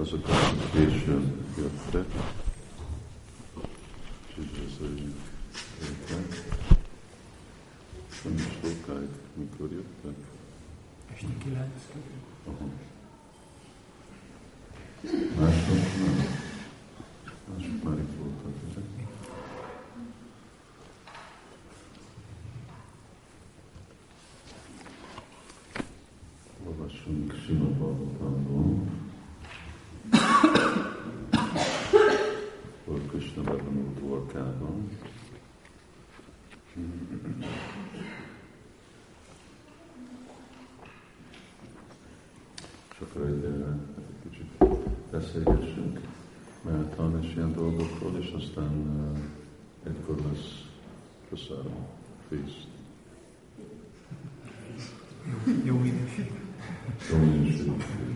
azok, akik későn jöttek, és üdvözöljük őket. Nem is sokáig, mikor jöttek? Este 9. Mások már itt voltak ezek. Olvassunk Srimad Bhagavatamból. Úr Krishna Bhagavan dvorkában. És akkor egy kicsit beszélgessünk Marathon és ilyen dolgokról, és aztán egykor lesz Prasadam Feast. Jó minőség. Jó minőség.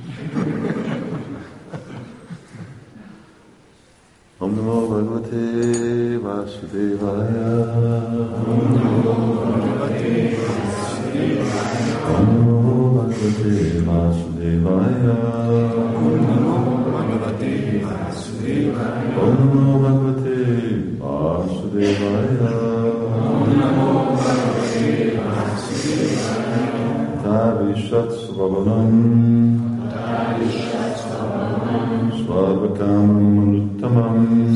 Om Namo Bhagavate Vasudevaya. Om Namo Bhagavate Vasudevaya. Om Namo Bhagavate Vasudevaya. Om Namo Bhagavate Vasudevaya. Om Namo Bhagavate Vasudevaya. Om Namo Bhagavate Vasudevaya. Tavishat Svavanam. Svarvakamam Anuttamam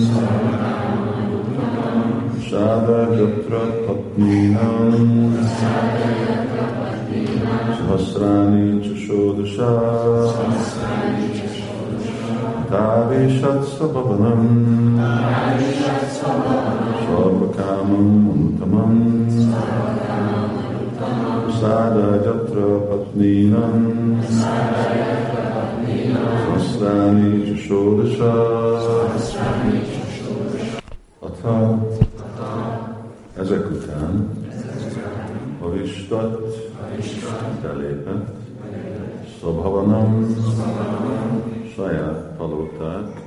Sadhajatra Patninam Sahasrani Chashodasha Tavishat Sabhavanam Svarvakamam Anuttamam Sadhajatra Patninam Sahasrani Chashodasha Atha ezek után a Vistat belépett Szabhavanam saját palotát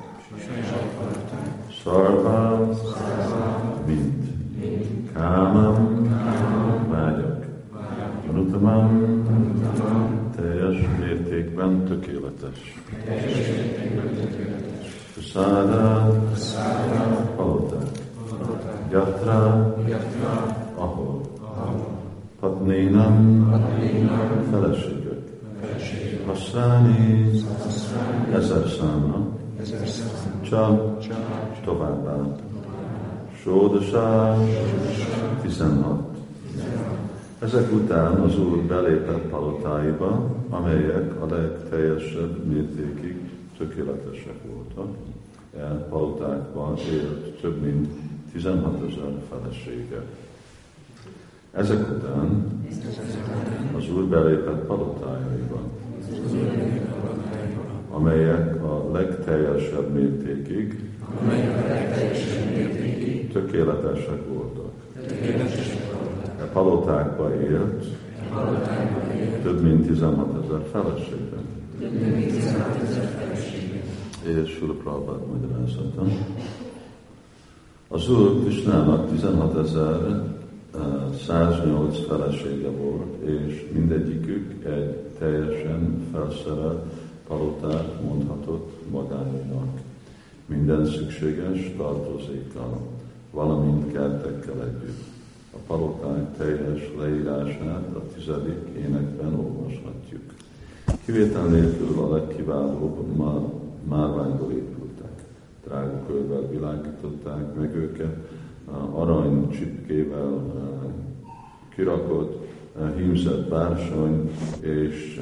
Sarva mint Kámam vágyak Anutamam teljes mértékben tökéletes. Prasáda, paloták. Yatra, ahol. Patnénam, feleségek. Hasráni, 1000 száma. Csak továbbá. Sódasá, 16. Ezek után az Úr belépett palotáiba, amelyek a legteljesebb mértékig tökéletesek voltak. Palotákban élt több mint 16 000 felesége. Ezek után az Úr belépett palotájaiba, amelyek a legteljesebb mértékig tökéletesek voltak. A palotákba élt több mint 16 000 felesége. És Srila Prabhupád magyarázata. Az Úr Krishnának 16.108 felesége volt, és mindegyikük egy teljesen felszerelt palotát mondhatott magáénak. Minden szükséges tartozékkal, valamint kertekkel együtt. A paloták teljes leírását a 10. énekben olvashatjuk. Kivétel nélkül a legkiválóbb márványból épültek. Drága kővel világították meg őket, arany csipkével kirakott, hímzett bársony és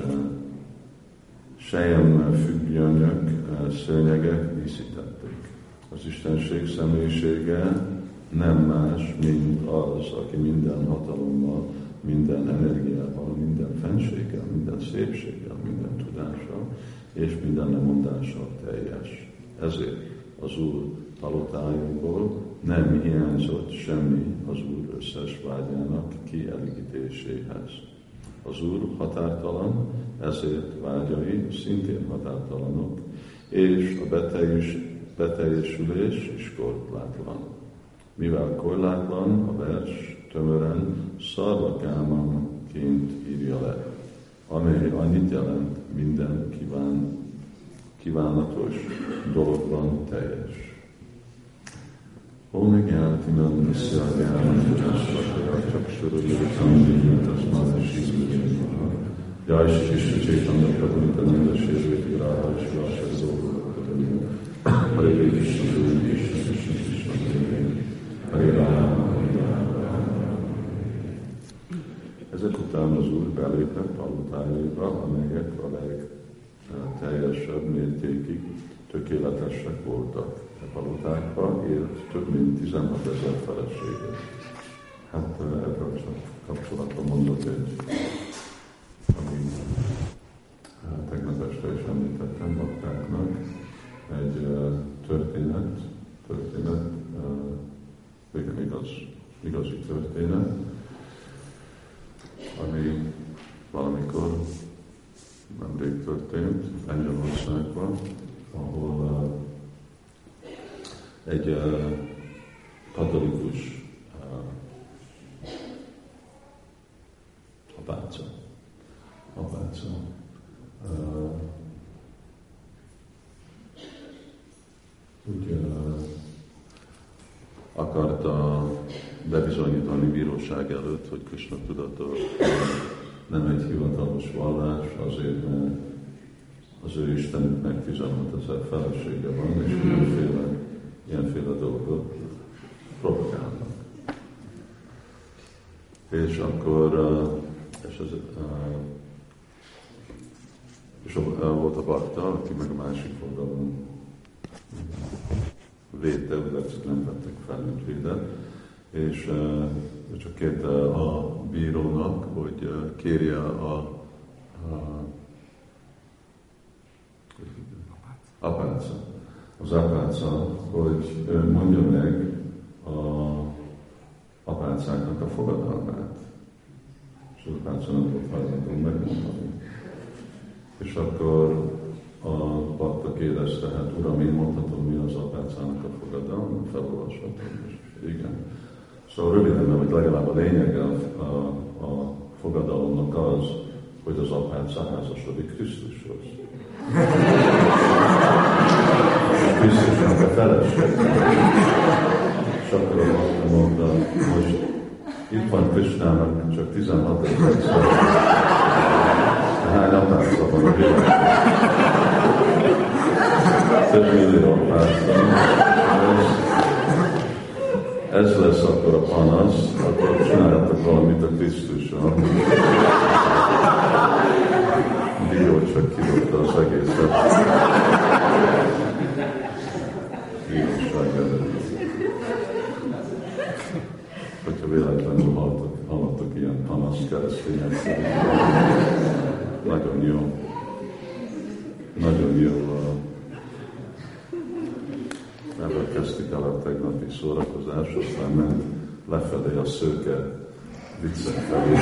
selyem függönyök, szőnyegek díszítették. Az Istenség személyisége nem más, mint az, aki minden hatalommal, minden energiával, minden fenséggel, minden szépséggel, minden tudással és minden lemondással teljes. Ezért az Úr palotájából nem hiányzott semmi az Úr összes vágyának kielégítéséhez. Az Úr határtalan, ezért vágyai szintén határtalanok, és a beteljesülés is korlátlan. Mivel korlátlan, a vers tömören szarvakámamként írja le, amely annyit jelent minden kívánatos dologban teljes. Om Jnanam csak Jai Shri Krishna Chaitanya Prabhu Nityananda Shri Advaita Gadadhar Shivasari Gaura Hare Krishna Krishna Krishna Krishna Hare Rama Hare Rama. Ezek után az Úr belépett palotájaiba, amelyek a legteljesebb mértékig tökéletesek voltak. A palotákban élt több mint 16 000 feleséget. Hát ebből csak kapcsolatban mondok egy, ami tegnap este is említettem baktáknak, egy történet, igazi történet, ami valamikor nemrég történt Lengyelországban, ahol egy katolikus apáca úgy akarta bebizonyítani bíróság előtt, hogy Krishna tudata nem egy hivatalos vallás, azért, mert az ő Istenüknek 16 000 felesége van, és ilyenféle dolgot propagálnak. És akkor és volt a bakta, aki meg a másik oldalon védte, úgy nem vettek fel, mint védett, és csak kérte a bírónak, hogy kérje az apáca, hogy mondja meg az apácáknak a fogadalmát. És az apáca nem volt hajlandó megmondani. És akkor a bakta kérdezte, hát uram, én mondhatom, mi az apácának a fogadalma? Felolvashatom. És igen. Szóval röviden, hogy legalább a lényege a fogadalomnak az, hogy az apáca házasodik Krisztushoz. Krisztusnak a feleség. És akkor a bakta mondta, most itt van Krishnának csak 16 000 hány apáca van a világban? Több millió apáca. Ez lesz akkor a panasz, akkor csináljátok valamit a Krisztussal. Dió csak kidobta az egészet. Bíróság előtt. Hogyha véletlenül hallottak ilyen panasz keresztények, nagyon jó. Ebből kezdtük el a tegnapi szórakozás, aztán ment lefelé a szőke viccek felé.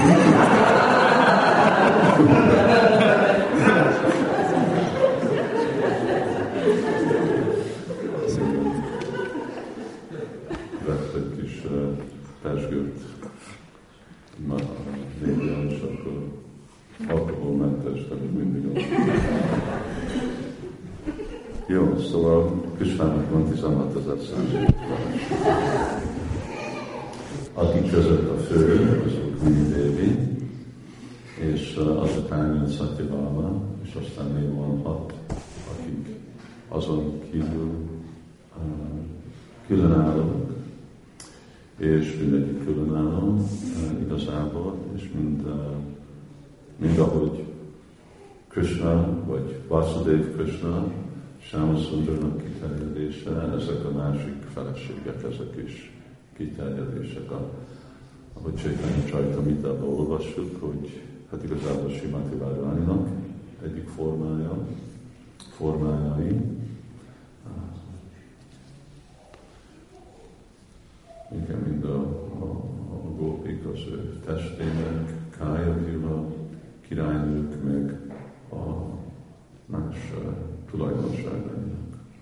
Vett egy kis pezsgőt négyen, és akkor alkoholmentes, de mindig az. Jó, szóval Krishnának van 16 000 százalék. Akik között a fő, az Rukmini Devi, és azután jön Satyaváma, és aztán még van 6, akik azon kívül különállók, és mindegyik különálló igazából, és mind ahogy Krishna, vagy Vasudev Krishna, Sámasundarnak kiterjedése, ezek a másik feleségek, ezek is kiterjedések. Ahogy Chaitanya Charitamritában olvassuk, hogy hát igazából Srimati Radharaninak egyik formájai, igen, mind a gópik az ő testének, Kájavila, királynők, meg a más tulajdonságainak.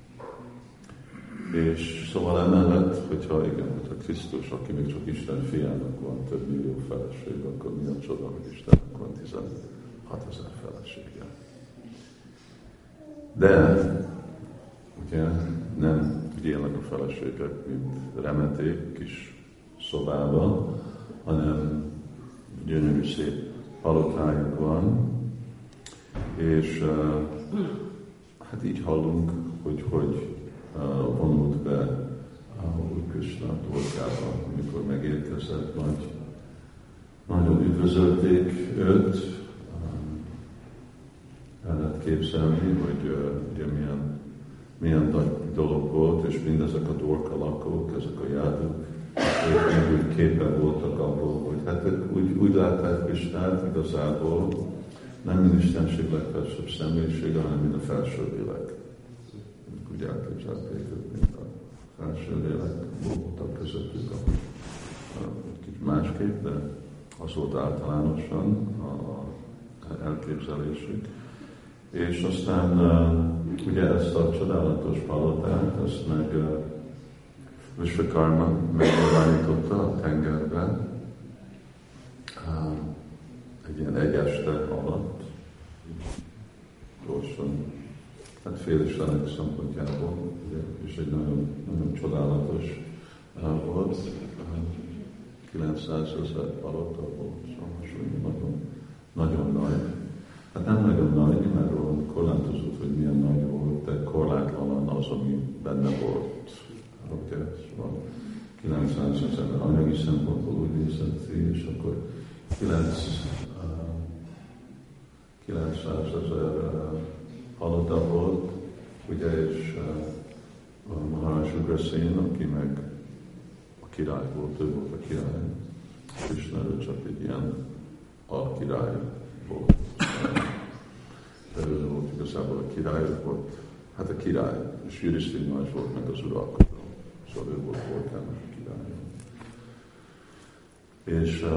És szóval emellett, hogyha Krisztus, aki még csak Isten fiának van több millió feleség, akkor mi a csoda, hogy Istennek van 16 000 felesége. De ugye nem élnek a feleségek, mint remeték kis szobában, hanem gyönyörű szép palotájuk van, és hát így hallunk, hogy vonult be Úr Krisna Dwarkába, amikor megérkezett, nagyon üdvözölték őt. El lehet képzelni, hogy ugye milyen dolog volt, és mindezek a Dwarka lakók, ezek a jáduk, ők úgy képen voltak abból, hogy hát úgy látták Krisnát igazából, nem mint Istenség legfelsőbb személyisége, hanem mint a felső lélek. Úgy elképzelték őt, mint a felső lélek, voltak közöttük kicsit másképp, de az volt általánosan az elképzelésük. És aztán ugye ezt a csodálatos palotát, ezt meg Vishvakarma megnyilvánította a tengerben egy ilyen egy este alatt, gyorsan, hát félistenek szempontjából, és egy nagyon, nagyon csodálatos volt, 900 000 palota volt, szóval nagyon nagy. Hát nem nagyon nagy, mert korlátozott, hogy milyen nagy volt, de korlátlanan az, ami benne volt. Ugye, szóval 900 000 anyagi szempontból úgy nézett ki, és akkor 900 000 palota volt, ugye, és a Maharaj Ugrasena, aki meg a király volt, ő volt a király, Krishna, ő csak egy ilyen alkirály volt. De ő volt igazából a király, volt, hát a király, és Yudhishthira is volt meg az uralkodó. Szóval ő volt Dwarkának a király. És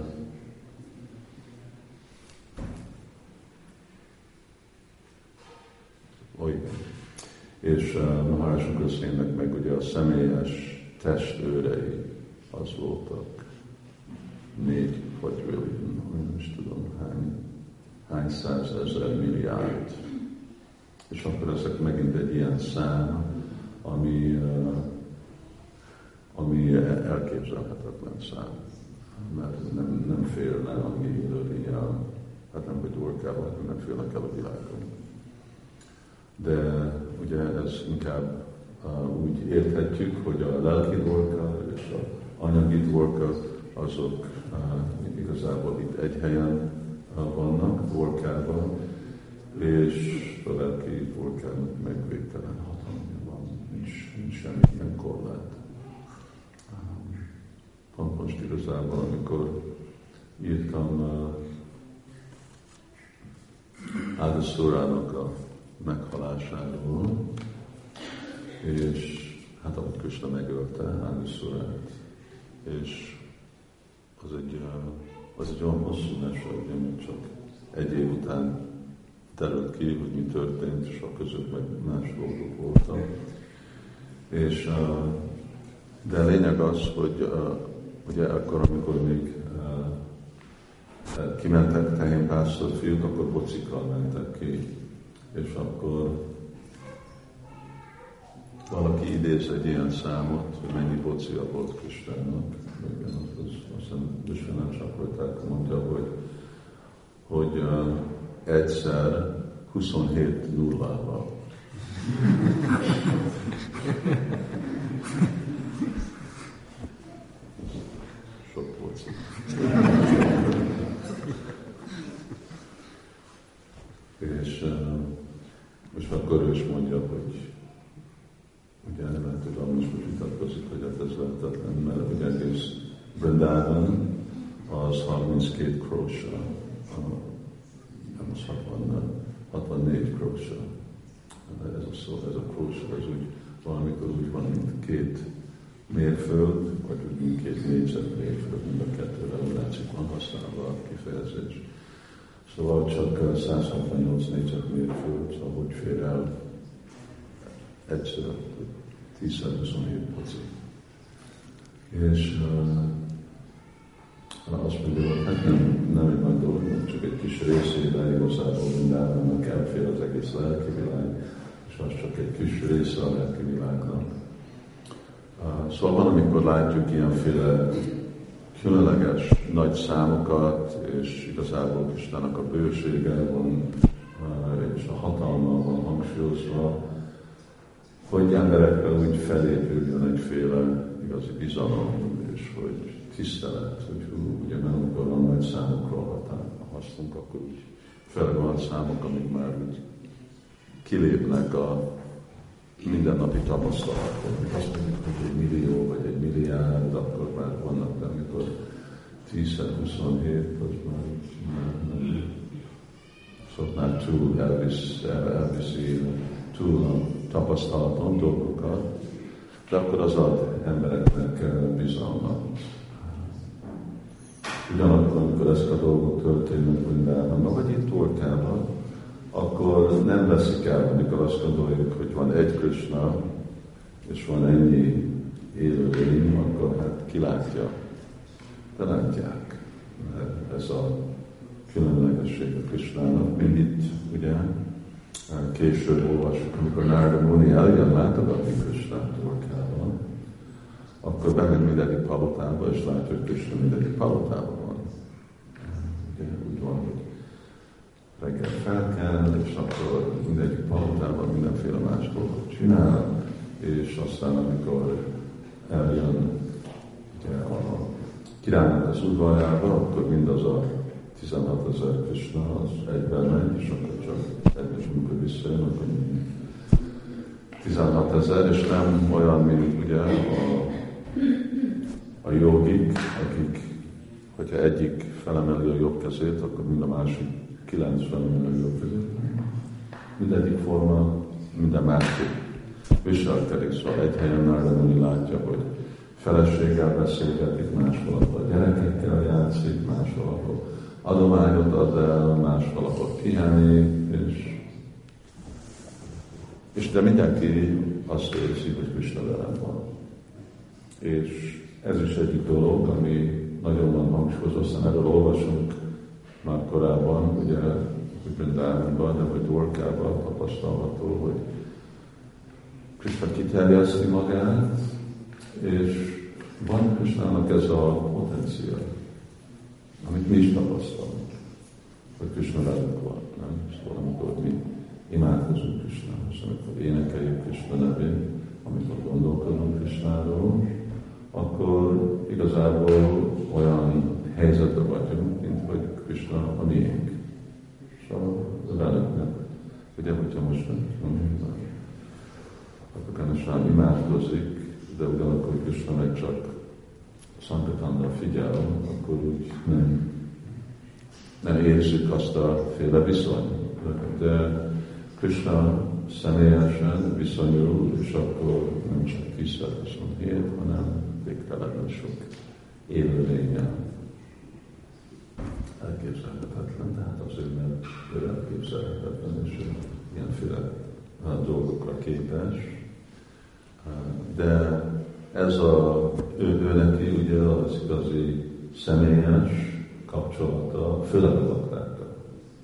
Maharaj Ugrasena-nek meg ugye a személyes testőrei az voltak 4 vagy nem is tudom hány 100 000 milliárd. És akkor ezek megint egy ilyen szám, ami elképzelhetetlen szám. Mert nem félne annyi élőlényel, hát nem, hogy Dwarkában, nem félnek el a világon. De ugye ez inkább úgy érthetjük, hogy a lelki Dwarka és az anyagi Dwarka azok igazából itt egy helyen vannak, Dwarkában, és a lelki Dwarkának meg végtelen hatalma van, nincs semmilyen korlát. Pont most igazából, amikor írtam Ádaszórának a meghalásáról, és hát ahogy Krishna megölte Ádaszórát, és az egy olyan hosszú mese, ugye még csak egy év után terült ki, hogy mi történt, és a között meg más dolgok voltak. És, de a lényeg az, hogy ugye akkor, amikor még kimentek tehénpásztor fiúk, akkor bocikkal mentek ki. És akkor valaki idéz egy ilyen számot, hogy mennyi bocia volt Krisnának. Aztán Vishwanath Chakravarti mondja, hogy egyszer 27 nullával. Sok boci. És akkor ő is mondja, hogy ugye lehet, hogy Amnos most vitatkozik, hogy hát ez lehetetlen, mert ugye egész Vrindavan az 32 krósa, nem az 64 krósa. Ez a szó, ez a krósa, ez úgy valamikor úgy van, mint 2 mérföld, vagy úgy mint 2 négyzetmérföld, mind a kettőre úgy látszik van használva a kifejezés. Szóval csak 168 négyzetmérföld, szóval hogy fér el egyszer 10-27 poci. És Azt mondja, hogy hát nem egy nagy dolog, csak egy kis részében igazából mindennek elfér az egész lelki világ, és az csak egy kis része a lelki világnak. Szóval van, amikor látjuk ilyenféle különleges nagy számokat, és igazából Istennek a bősége van, és a hatalma van hangsúlyozva, hogy emberekre úgy felépüljön egyféle igazi bizalom, és hogy tisztelet, hogy ugye mert amikor van nagy számokról hasztunk, akkor úgy főleg van számok, amik már úgy kilépnek a mindennapi tapasztalatok. Azt mondjuk, hogy 1 millió vagy 1 milliárd, akkor már vannak, de amikor 10-27, az már nem. Szóval már túl elviszi túl a tapasztalaton dolgokat, de akkor az ad embereknek bizalmat. Ugyanakkor, amikor ezek a dolgok történnek Vrindávánban, vagy itt Dwarkában, akkor nem veszik el, amikor azt gondoljuk, hogy van egy Krishna, és van ennyi élőlény, akkor hát ki látja. De látják. Mert ez a különlegesség a Krishnának. Mind itt, ugye, később olvasjuk, amikor Narada Muni eljön látogatni Krishnát Dwarkában, akkor bemegy mindegyik palotába, és látja, hogy Krishna mindegyik palotában van. Ugye, úgy van, hogy reggel felkel, és akkor mindegyik palotában mindenféle más dolgot csinál, és aztán amikor eljön ugye, a királynak az udvarjába, akkor mindaz a 16 000 Krishna az egyben megy, és akkor csak egyes, amikor visszajön, akkor 16 000, és nem olyan, mint ugye a jogik, akik, hogyha egyik felemeli a jobb kezét, akkor mind a másik 9 felemeli a jobb kezét. Mindegyik forma, minden másik viselkedik, szóval egy helyen Narada Muni látja, hogy feleséggel beszélgetik, más valahol gyerekekkel játszik, más valahol adományot ad el, más valahol pihenik, és de mindenki azt érzi, hogy Krishna velem van. És ez is egyik dolog, ami nagyon van hangsúlyozva, aztán erről olvasunk már korábban, ugye, hogy Vrindávánban, de hogy Dwarkában tapasztalható, hogy Krishna kiterjeszti magát, és van Krishnának ez a potenciál, amit mi is tapasztalunk, hogy Krishna velünk van, nem? Szóval amikor mi imádkozunk Krishnához, amikor énekeljük Krishna nevét, amikor gondolkodunk Krishnáról, akkor igazából olyan helyzetben vagyunk, mint hogy Krishna a miénk. Szóval velünk, ugye, hogyha most nem akkor Ganesán imádkozik, de ugyanakkor Krishna meg csak Sankatanda figyel, akkor úgy nem érzük azt a féle viszonyt. De Krishna személyesen viszonyul, és akkor nem csak 10-27, hanem végtelenül sok élőlénye. Elképzelhetetlen, de hát azért, mert ő elképzelhetetlen, és ilyenféle dolgokra képes. De ez ő neki ugye az igazi személyes kapcsolata, főleg a baktákkal.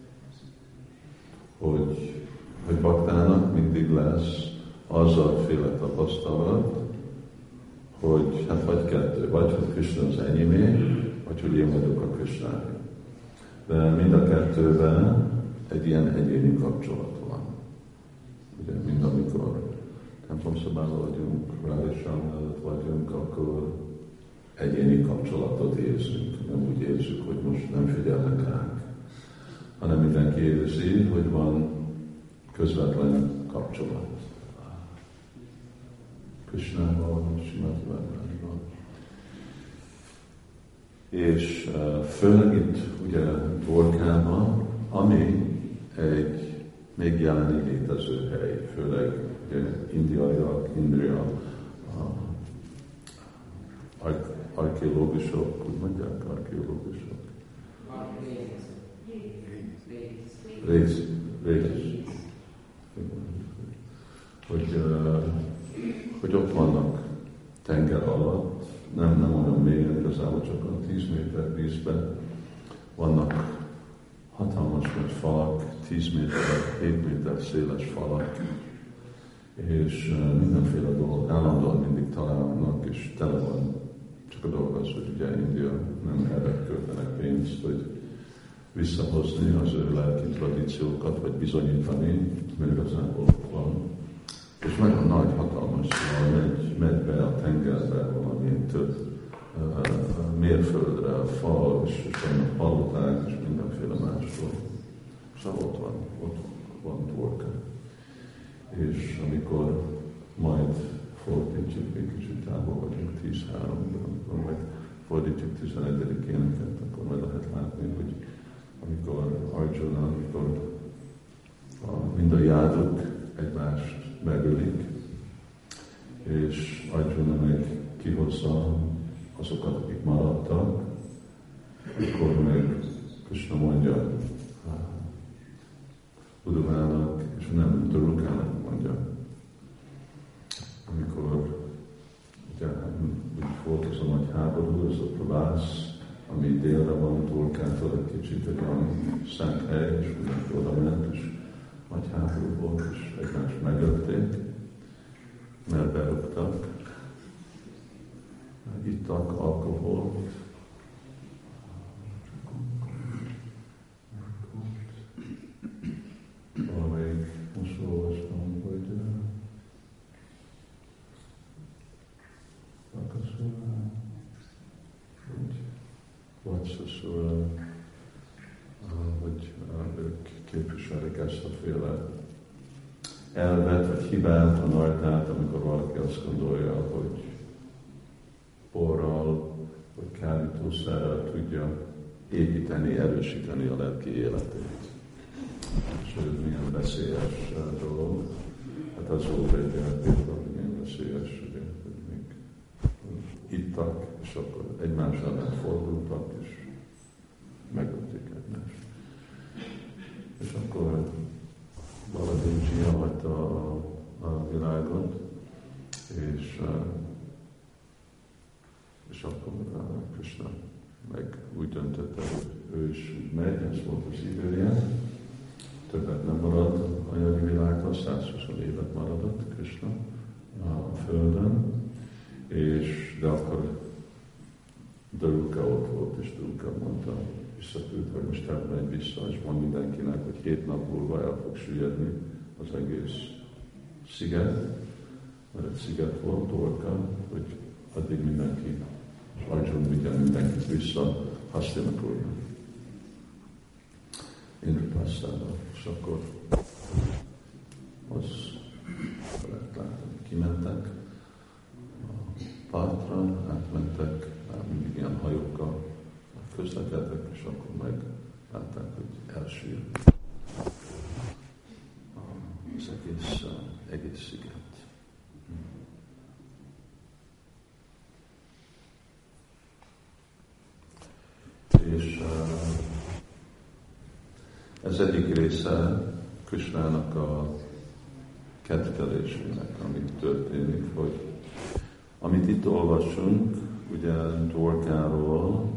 Hogy baktának mindig lesz az a féle tapasztalat, hogy hát vagy kettő, vagy hogy Krishna az enyémé, vagy hogy én vagyok a Krishnáé. De mind a kettőben egy ilyen egyéni kapcsolat van. Ugye mind amikor templomszobában vagyunk, Radheshyam mellett vagyunk, akkor egyéni kapcsolatot érzünk. Nem úgy érzük, hogy most nem figyelnek ránk, hanem mindenki érzi, hogy van közvetlen kapcsolat. Krishnával, Srimati Radharanival. És főleg itt ugye Dwarkában, ami egy még jelen létező hely, főleg indiaiak, Indria, archeológusok, úgy mondják, archeológusok? Rész. Hogy ott vannak tenger alatt, nem olyan mélyen, igazából csak a 10 méter vízben. Vannak hatalmas nagy falak, 10 méter, 7 méter széles falak, és mindenféle dolog állandóan mindig találnak, és tele van. Csak a dolog az, hogy ugye India nem erre költenek pénzt, hogy visszahozni az ő lelki tradíciókat, vagy bizonyítani, mert igazából van. És nagyon nagy, hatalmas, megy be a tengerbe valami több mérföldre, fal, és vannak paloták, és mindenféle másról. Szóval ott van Dwarka. És amikor majd fordítjuk, még kicsit távol vagyunk 10-3-ban, amikor majd fordítjuk 11. éneket, akkor majd lehet látni, hogy amikor Arjuna, amikor mind a jáduk egymást megölik, és Arjuna meg kihozza azokat, akik maradtak, akkor meg Krishna mondja Uddhavának, és nem Drukának mondja, amikor ugye volt az a nagy háború, az a Pravász, ami délre van Dwarkától egy kicsit, egy olyan szent hely, és mindenki oda ment, és nagy háború volt, és egymást megölték, mert berúgtak, ittak alkoholt, valamelyik most olvastam, hogy Vatszaszura, hogy ők képviselik ezt a féle elvet, vagy hibát, a nartát, amikor valaki azt gondolja, hogy porral, vagy kábítószerrel tudja építeni, erősíteni a lelki életét. És ez milyen veszélyes dolog. Hát az volt egy példa, hogy milyen veszélyes, ugye, hogy még ittak, és akkor egymás ellen fordultak, és megölték egymást. És akkor Baladevi elhagyta a világot, és akkor Krishna meg úgy döntötte, hogy ő is megy, ez volt az idője. Többet nem marad a anyagi világban, 120 évet maradott Krishna a Földön, de akkor Daruka ott volt, és Daruka mondta, visszaküldte, hogy most elmegy vissza, és mond mindenkinek, hogy 7 nap múlva el fog süllyedni az egész sziget, mert egy sziget volt, Dwarka, hogy addig mindenki, és Arjuna vigyen mindenkit vissza Hastinapurra. Indrapasztára, és akkor az lett látni. Kimentek a partra, átmentek, mindig ilyen hajókkal közlekedtek, és akkor meg látták, hogy elsír az egész sziget. És ez egyik része Krishnának a kettelésének, amit történik, hogy amit itt olvasunk, ugye Dwarkáról,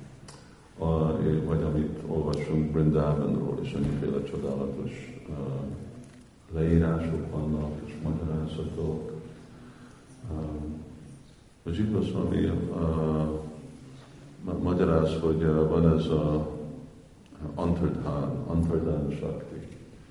vagy amit olvasunk Vrindavanról, és annyiféle csodálatos leírások vannak, és magyarázatok. A Jiva Goswami magyaráz, hogy van ez a Antardhan Shakti,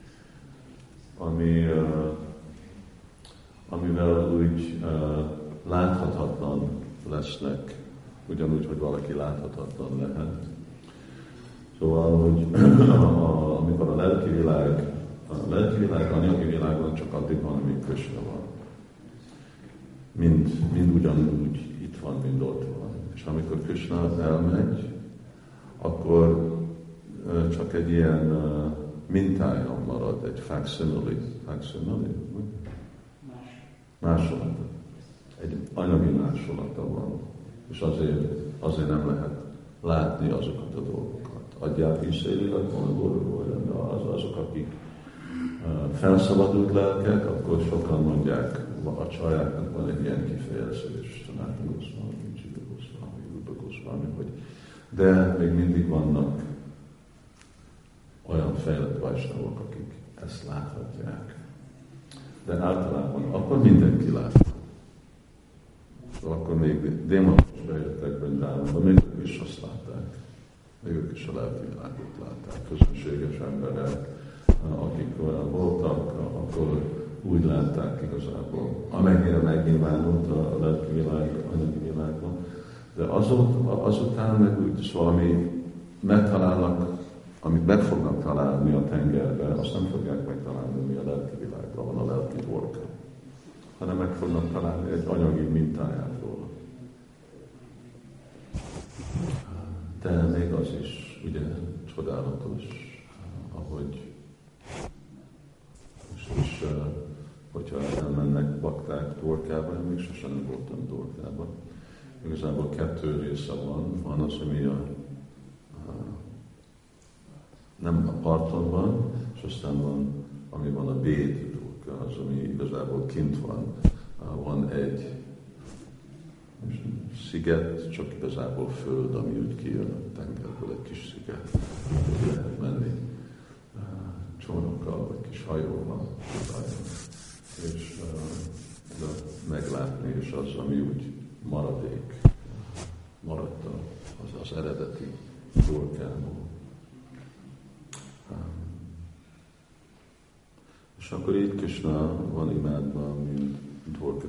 amivel úgy láthatatlan lesznek, ugyanúgy, hogy valaki láthatatlan lehet. Szóval, hogy amikor a lelki világ, anyagi világban csak addig van, amíg Krishna van. Mind ugyanúgy itt van, mind ott van. És amikor Krishna elmegy, akkor csak egy ilyen mintája marad, egy facsimile, másolata. Egy anyagi másolata van. És azért nem lehet látni azokat a dolgokat. Adják is szélileg, azok, akik felszabadult lelkek, akkor sokan mondják, a csajáknak van egy ilyen kifejezés, Sanatana Goswami, Jiva Goswami, Rupa Goswami, hogy de még mindig vannak olyan fejlett vajsnavok, akik ezt láthatják. De általában akkor mindenki lát. Akkor még démonok is bejöttek Vrindávánba, még ők is azt látták. Még ők is a lelki világot látták. Közönséges emberek, akik voltak, akkor úgy látták igazából, amennyire megnyilvánult a lelki világ, anyagi világban. De azután meg úgy valami megtalálnak, amit meg fognak találni a tengerbe, azt nem fogják megtalálni, ami a lelki világban van, a lelki dvorka, hanem meg fognak találni egy anyagi mintáját róla. De még az is ugye csodálatos, ahogy és hogyha elmennek bakták Dvorkába, én még sosem nem voltam Dvorkában. Igazából 2 része van az, ami nem a parton van, és aztán van, ami van a Béd Dvorka, az, ami igazából kint van. Van egy sziget, csak igazából föld, ami úgy kijön a tengerből, egy kis sziget, hogy lehet menni csónakkal, vagy kis hajóval, és meglátni, és az, ami úgy maradt az eredeti Dvorkából. És akkor így Krishna van imádva, mint Dvorka